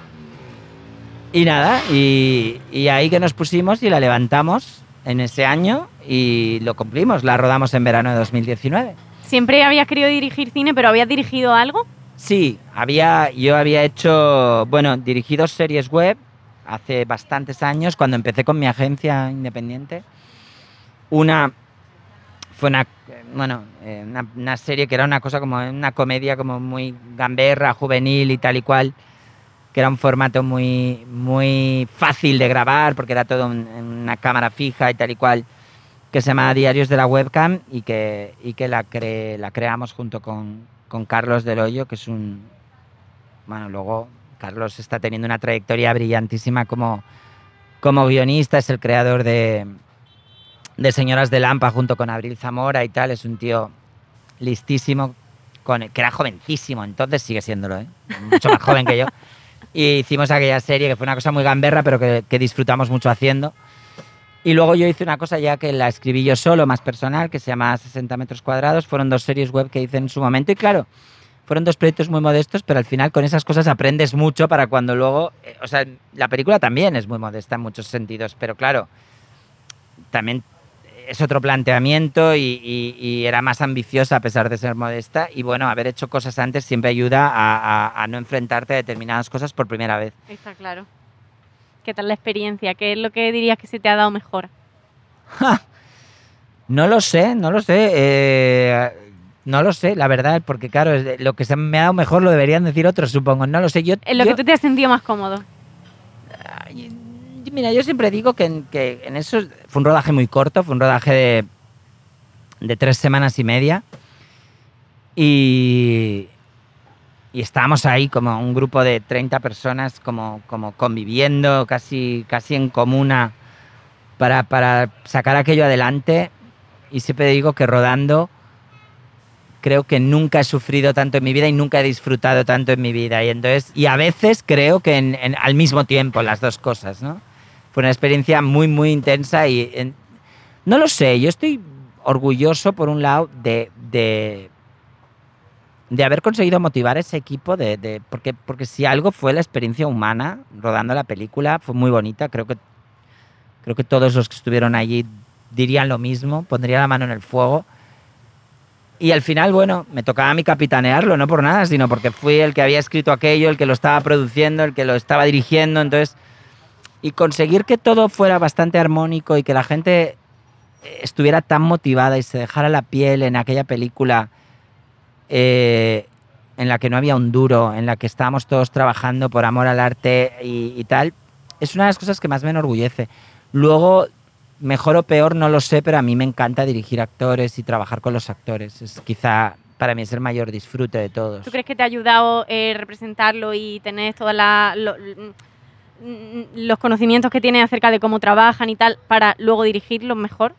Y nada, y, y ahí que nos pusimos y la levantamos en ese año y lo cumplimos, la rodamos en verano de dos mil diecinueve. ¿Siempre habías querido dirigir cine, pero habías dirigido algo? Sí, había, yo había hecho, bueno, dirigido series web hace bastantes años, cuando empecé con mi agencia independiente. Una fue una, bueno, eh, una, una serie que era una cosa como una comedia como muy gamberra, juvenil y tal y cual, que era un formato muy, muy fácil de grabar porque era todo en una cámara fija y tal y cual, que se llama Diarios de la Webcam y que, y que la, cre, la creamos junto con, con Carlos Del Hoyo, que es un... Bueno, luego Carlos está teniendo una trayectoria brillantísima como, como guionista, es el creador de, de Señoras de Lampa junto con Abril Zamora y tal, es un tío listísimo, con, que era jovencísimo, entonces sigue siéndolo, ¿eh? Mucho más joven que yo. Y hicimos aquella serie que fue una cosa muy gamberra, pero que, que disfrutamos mucho haciendo. Y luego yo hice una cosa ya que la escribí yo solo, más personal, que se llama sesenta metros cuadrados. Fueron dos series web que hice en su momento y claro, fueron dos proyectos muy modestos, pero al final con esas cosas aprendes mucho para cuando luego... Eh, o sea, la película también es muy modesta en muchos sentidos, pero claro, también es otro planteamiento y, y, y era más ambiciosa a pesar de ser modesta. Y bueno, haber hecho cosas antes siempre ayuda a, a, a no enfrentarte a determinadas cosas por primera vez. Está claro. ¿Qué tal la experiencia? ¿Qué es lo que dirías que se te ha dado mejor? ¡Ja! No lo sé, no lo sé. Eh, no lo sé, la verdad, porque claro, lo que se me ha dado mejor lo deberían decir otros, supongo. No lo sé. Yo, En lo yo, que tú te has sentido más cómodo. Mira, yo siempre digo que en, que en eso fue un rodaje muy corto, fue un rodaje de, de tres semanas y media. Y, y estábamos ahí como un grupo de treinta personas como, como conviviendo casi, casi en comuna para, para sacar aquello adelante. Y siempre digo que rodando creo que nunca he sufrido tanto en mi vida y nunca he disfrutado tanto en mi vida. Y, entonces, y a veces creo que en, en, al mismo tiempo las dos cosas, ¿no? Fue una experiencia muy, muy intensa y en, no lo sé, yo estoy orgulloso por un lado de... de de haber conseguido motivar a ese equipo, de, de, porque, porque si algo fue la experiencia humana rodando la película, fue muy bonita, creo que, creo que todos los que estuvieron allí dirían lo mismo, pondría la mano en el fuego. Y al final, bueno, me tocaba a mí capitanearlo, no por nada, sino porque fui el que había escrito aquello, el que lo estaba produciendo, el que lo estaba dirigiendo, entonces... Y conseguir que todo fuera bastante armónico y que la gente estuviera tan motivada y se dejara la piel en aquella película... Eh, en la que no había un duro, en la que estábamos todos trabajando por amor al arte y, y tal, es una de las cosas que más me enorgullece. Luego, mejor o peor, no lo sé, pero a mí me encanta dirigir actores y trabajar con los actores. Es quizá para mí es el mayor disfrute de todos. ¿Tú crees que te ha ayudado eh, representarlo y tener todos lo, los conocimientos que tienes acerca de cómo trabajan y tal para luego dirigirlos mejor?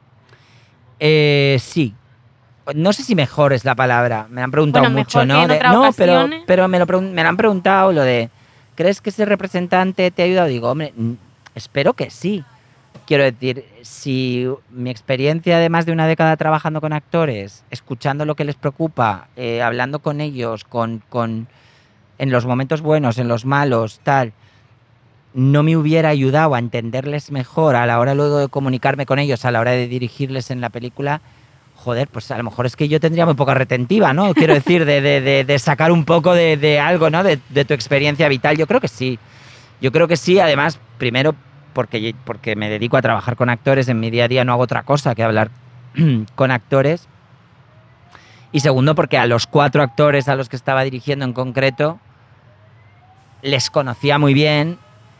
Eh, sí. No sé si mejor es la palabra, me han preguntado bueno, mucho, ¿no? De, no, pero, pero me, lo me lo han preguntado lo de, ¿crees que ese representante te ha ayudado? Digo, hombre, espero que sí. Quiero decir, si mi experiencia de más de una década trabajando con actores, escuchando lo que les preocupa, eh, hablando con ellos, con, con, en los momentos buenos, en los malos, tal, no me hubiera ayudado a entenderles mejor a la hora luego de comunicarme con ellos, a la hora de dirigirles en la película... Joder, pues a lo mejor es que yo tendría muy poca retentiva, ¿no? Quiero decir, de, de, de, de sacar un poco de, de algo, ¿no? De, de tu experiencia vital. Yo creo que sí. Yo creo que sí, además, primero porque, porque me dedico a trabajar con actores. En mi día a día no hago otra cosa que hablar con actores. Y segundo, porque a los cuatro actores a los que estaba dirigiendo en concreto les conocía muy bien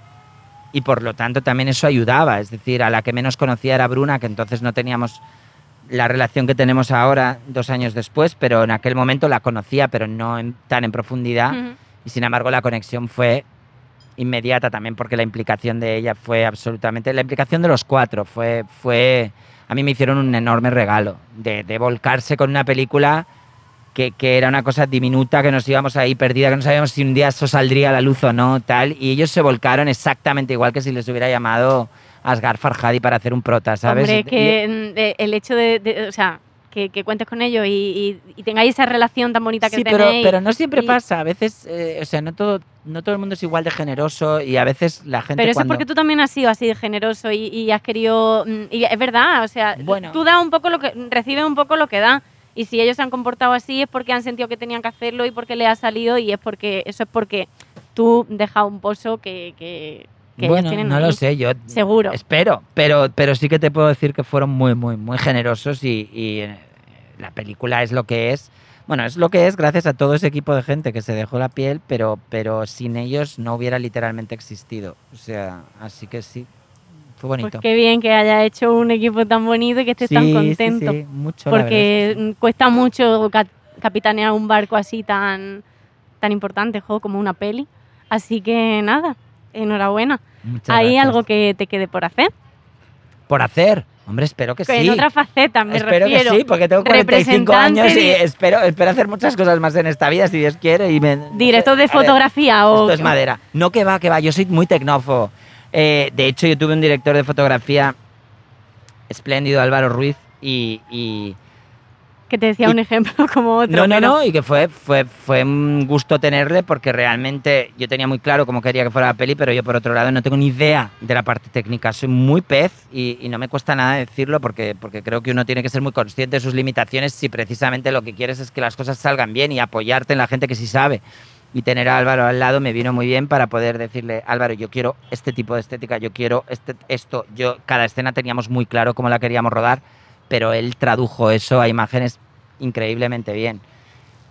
y por lo tanto también eso ayudaba. Es decir, a la que menos conocía era Bruna, que entonces no teníamos... la relación que tenemos ahora, dos años después, pero en aquel momento la conocía, pero no en, tan en profundidad. Uh-huh. Y sin embargo la conexión fue inmediata también, porque la implicación de ella fue absolutamente... La implicación de los cuatro fue... fue a mí me hicieron un enorme regalo de, de volcarse con una película que, que era una cosa diminuta, que nos íbamos ahí perdida, que no sabíamos si un día eso saldría a la luz o no, tal. Y ellos se volcaron exactamente igual que si les hubiera llamado... Asghar Farhadi para hacer un prota, ¿sabes? Hombre, que el hecho de, de o sea, que, que cuentes con ellos y, y, y tengáis esa relación tan bonita que sí, tenéis. Sí, pero, pero no siempre y... pasa. A veces, eh, o sea, no todo, no todo el mundo es igual de generoso y a veces la gente Pero eso cuando... es porque tú también has sido así de generoso y, y has querido... Y es verdad, o sea, bueno. tú das un poco lo que... recibes un poco lo que das. Y si ellos se han comportado así es porque han sentido que tenían que hacerlo y porque les ha salido y es porque... Eso es porque tú dejas un pozo que... que Que bueno, tienen no ahí. lo sé, yo seguro. Espero, pero, pero sí que te puedo decir que fueron muy, muy, muy generosos y, y la película es lo que es. Bueno, es lo que es gracias a todo ese equipo de gente que se dejó la piel, pero, pero sin ellos no hubiera literalmente existido. O sea, así que sí, fue bonito. Pues qué bien que haya hecho un equipo tan bonito y que estés sí, tan contento. Sí, sí, mucho, porque la verdad, sí. cuesta mucho capitanear un barco así tan, tan importante, jo, como una peli. Así que nada. Enhorabuena. Muchas ¿Hay gracias. algo que te quede por hacer? ¿Por hacer? Hombre, espero que, que sí. En otras facetas, me espero refiero. que sí, porque tengo cuarenta y cinco años y espero, espero hacer muchas cosas más en esta vida, si Dios quiere. Y me, ¿Directos de a fotografía ver, o...? Esto es madera. No, que va, que va. Yo soy muy tecnófobo. Eh, de hecho, yo tuve un director de fotografía espléndido, Álvaro Ruiz, y... y que te decía y, un ejemplo como otro. No, no, pero... no, y que fue, fue, fue un gusto tenerle porque realmente yo tenía muy claro cómo quería que fuera la peli, pero yo por otro lado no tengo ni idea de la parte técnica. Soy muy pez y, y no me cuesta nada decirlo porque, porque creo que uno tiene que ser muy consciente de sus limitaciones si precisamente lo que quieres es que las cosas salgan bien y apoyarte en la gente que sí sabe. Y tener a Álvaro al lado me vino muy bien para poder decirle, Álvaro, yo quiero este tipo de estética, yo quiero este, esto. Yo, cada escena teníamos muy claro cómo la queríamos rodar, pero él tradujo eso a imágenes increíblemente bien.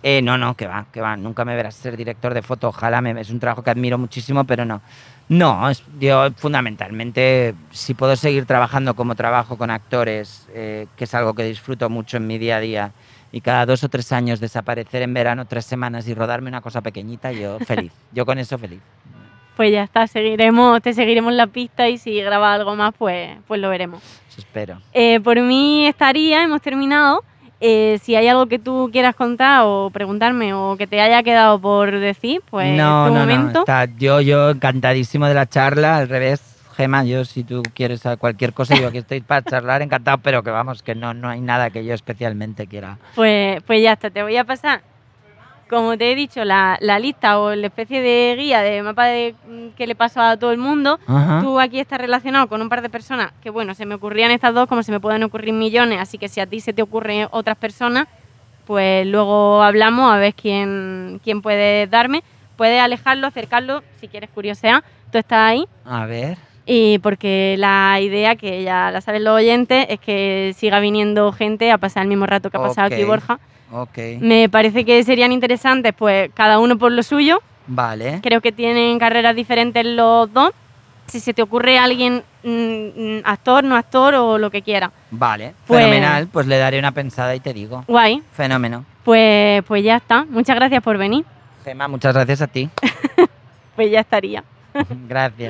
Eh, no, no, que va, que va. Nunca me verás ser director de foto. Ojalá, me, es un trabajo que admiro muchísimo, pero no. No, es, yo fundamentalmente, si puedo seguir trabajando como trabajo con actores, eh, que es algo que disfruto mucho en mi día a día, y cada dos o tres años desaparecer en verano tres semanas y rodarme una cosa pequeñita, yo feliz. Yo con eso feliz. Pues ya está, seguiremos, te seguiremos la pista y si grabas algo más, pues, pues lo veremos. Eso espero. Eh, por mí estaría, hemos terminado. Eh, si hay algo que tú quieras contar o preguntarme o que te haya quedado por decir, pues no, tu no, momento. No, está, yo, yo encantadísimo de la charla, al revés, Gema, yo si tú quieres cualquier cosa, yo aquí estoy para charlar, encantado, pero que vamos, que no, no hay nada que yo especialmente quiera. Pues, pues ya está, te voy a pasar, como te he dicho, la, la lista o la especie de guía, de mapa de que le pasó a todo el mundo. Ajá. Tú aquí estás relacionado con un par de personas que, bueno, se me ocurrían estas dos como se me pueden ocurrir millones, así que si a ti se te ocurren otras personas, pues luego hablamos a ver quién, quién puede darme. Puedes alejarlo, acercarlo, si quieres curiosear, tú estás ahí. A ver. Y porque la idea, que ya la saben los oyentes, es que siga viniendo gente a pasar el mismo rato que ha pasado Okay. aquí Borja. Ok. Me parece que serían interesantes, pues cada uno por lo suyo. Vale. Creo que tienen carreras diferentes los dos. Si se te ocurre alguien, mmm, actor, no actor o lo que quiera. Vale. Pues- Fenomenal, pues le daré una pensada y te digo. Guay. Fenómeno. Pues, pues ya está. Muchas gracias por venir. Gema, muchas gracias a ti. Pues ya estaría. Gracias.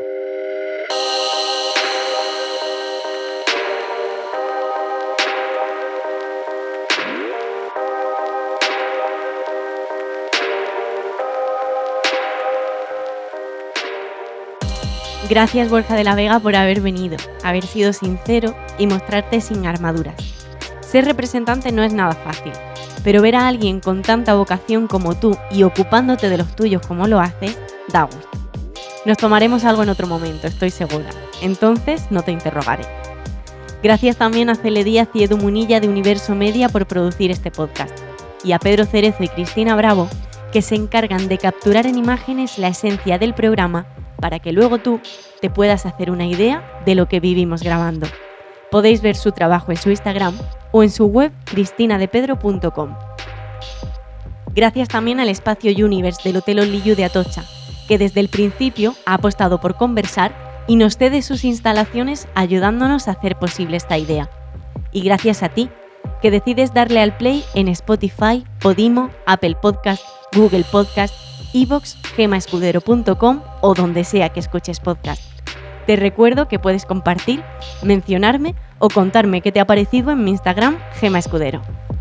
Gracias, Borja de la Vega, por haber venido, haber sido sincero y mostrarte sin armaduras. Ser representante no es nada fácil, pero ver a alguien con tanta vocación como tú y ocupándote de los tuyos como lo haces, da gusto. Nos tomaremos algo en otro momento, estoy segura. Entonces no te interrogaré. Gracias también a Cele Díaz y Edu Munilla de Universo Media por producir este podcast, y a Pedro Cerezo y Cristina Bravo, que se encargan de capturar en imágenes la esencia del programa para que luego tú te puedas hacer una idea de lo que vivimos grabando. Podéis ver su trabajo en su Instagram o en su web cristina de pedro punto com. Gracias también al espacio Universe del Hotel Olillu de Atocha, que desde el principio ha apostado por conversar y nos cede sus instalaciones ayudándonos a hacer posible esta idea. Y gracias a ti, que decides darle al play en Spotify, Podimo, Apple Podcast, Google Podcast, iVoox, gema escudero punto com o donde sea que escuches podcast. Te recuerdo que puedes compartir, mencionarme o contarme qué te ha parecido en mi Instagram, Gema Escudero.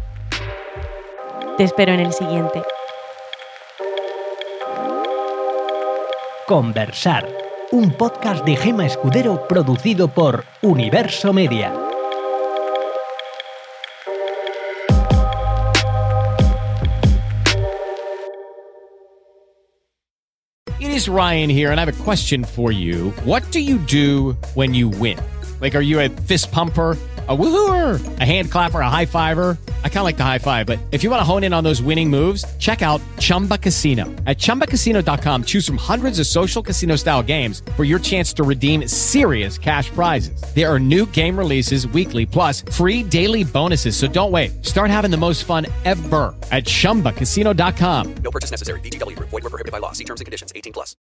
Te espero en el siguiente. Conversar, un podcast de Gema Escudero producido por Universo Media. It is Ryan here, and I have a question for you. What do you do when you win? Like, are you a fist pumper, a woohooer, a hand clapper, a high fiver? I kind of like the high five, but if you want to hone in on those winning moves, check out Chumba Casino. At chumba casino dot com, choose from hundreds of social casino style games for your chance to redeem serious cash prizes. There are new game releases weekly, plus free daily bonuses. So don't wait. Start having the most fun ever at chumba casino dot com. No purchase necessary. V G W Group. Void where prohibited by law. See terms and conditions. eighteen plus.